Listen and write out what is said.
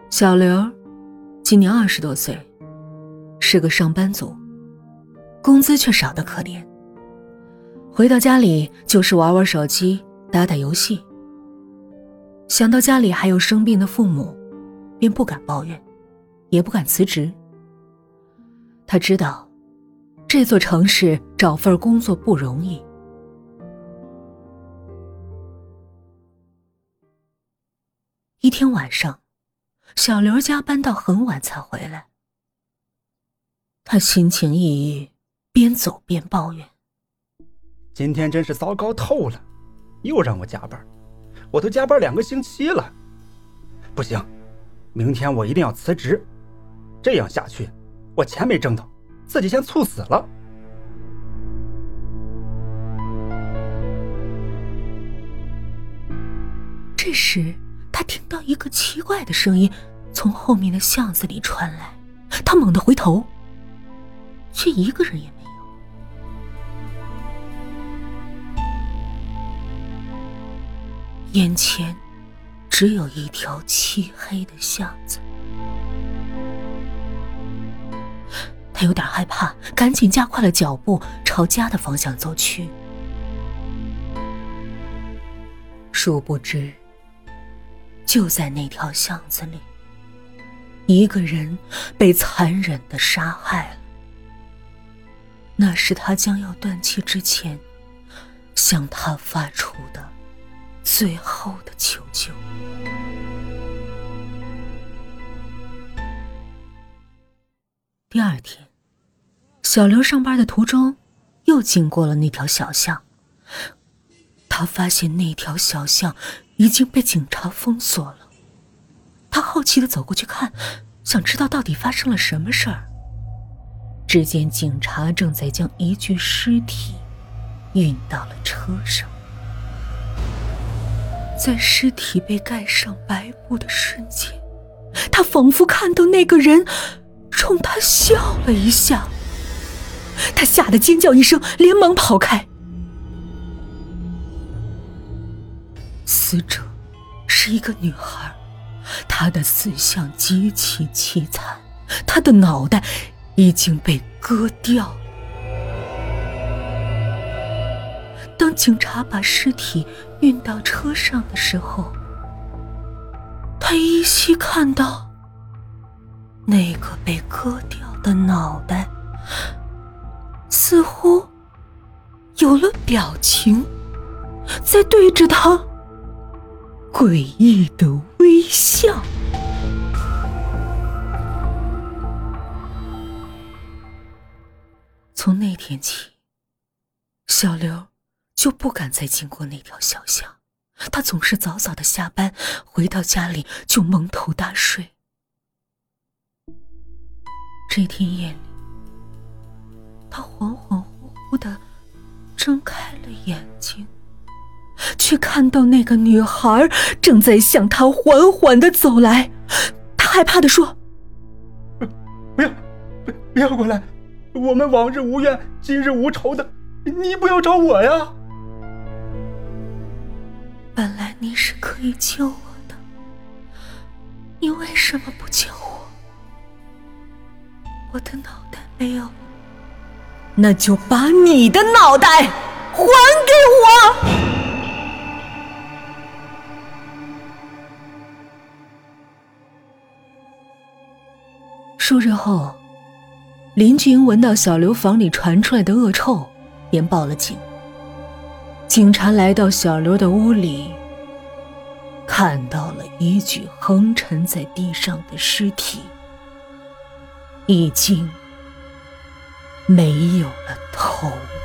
小刘今年20多岁，是个上班族，工资却少得可怜。回到家里就是玩玩手机，打打游戏。想到家里还有生病的父母，便不敢抱怨，也不敢辞职。他知道这座城市找份工作不容易。一天晚上，小刘加班到很晚才回来。他心情抑郁，边走边抱怨： 今天真是糟糕透了，又让我加班，我都加班2个星期了。不行，明天我一定要辞职，这样下去我钱没挣到，自己先猝死了。 这时他听到一个奇怪的声音从后面的巷子里传来，他猛地回头，却一个人也没有。眼前只有一条漆黑的巷子。他有点害怕，赶紧加快了脚步朝家的方向走去。殊不知，就在那条巷子里，一个人被残忍地杀害了。那是他将要断气之前向他发出的最后的求救。第二天，小刘上班的途中又经过了那条小巷，他发现那条小巷已经被警察封锁了。他好奇地走过去看，想知道到底发生了什么事儿。只见警察正在将一具尸体运到了车上。在尸体被盖上白布的瞬间，他仿佛看到那个人冲他笑了一下。他吓得尖叫一声，连忙跑开。死者是一个女孩，她的死相极其凄惨，她的脑袋已经被割掉。当警察把尸体运到车上的时候，他依稀看到那个被割掉的脑袋似乎有了表情，在对着他诡异的微笑。从那天起，小刘就不敢再经过那条小巷，他总是早早的下班，回到家里就蒙头大睡。这天夜里，他恍恍惚惚地睁开了眼睛，却看到那个女孩正在向他缓缓地走来。他害怕地说： 不要过来，我们往日无怨，今日无仇的，你不要找我呀。 本来你是可以救我的，你为什么不救我？我的脑袋没有了，那就把你的脑袋还给我！数日后，邻居闻到小刘房里传出来的恶臭，便报了警。警察来到小刘的屋里，看到了一具横沉在地上的尸体，已经没有了头。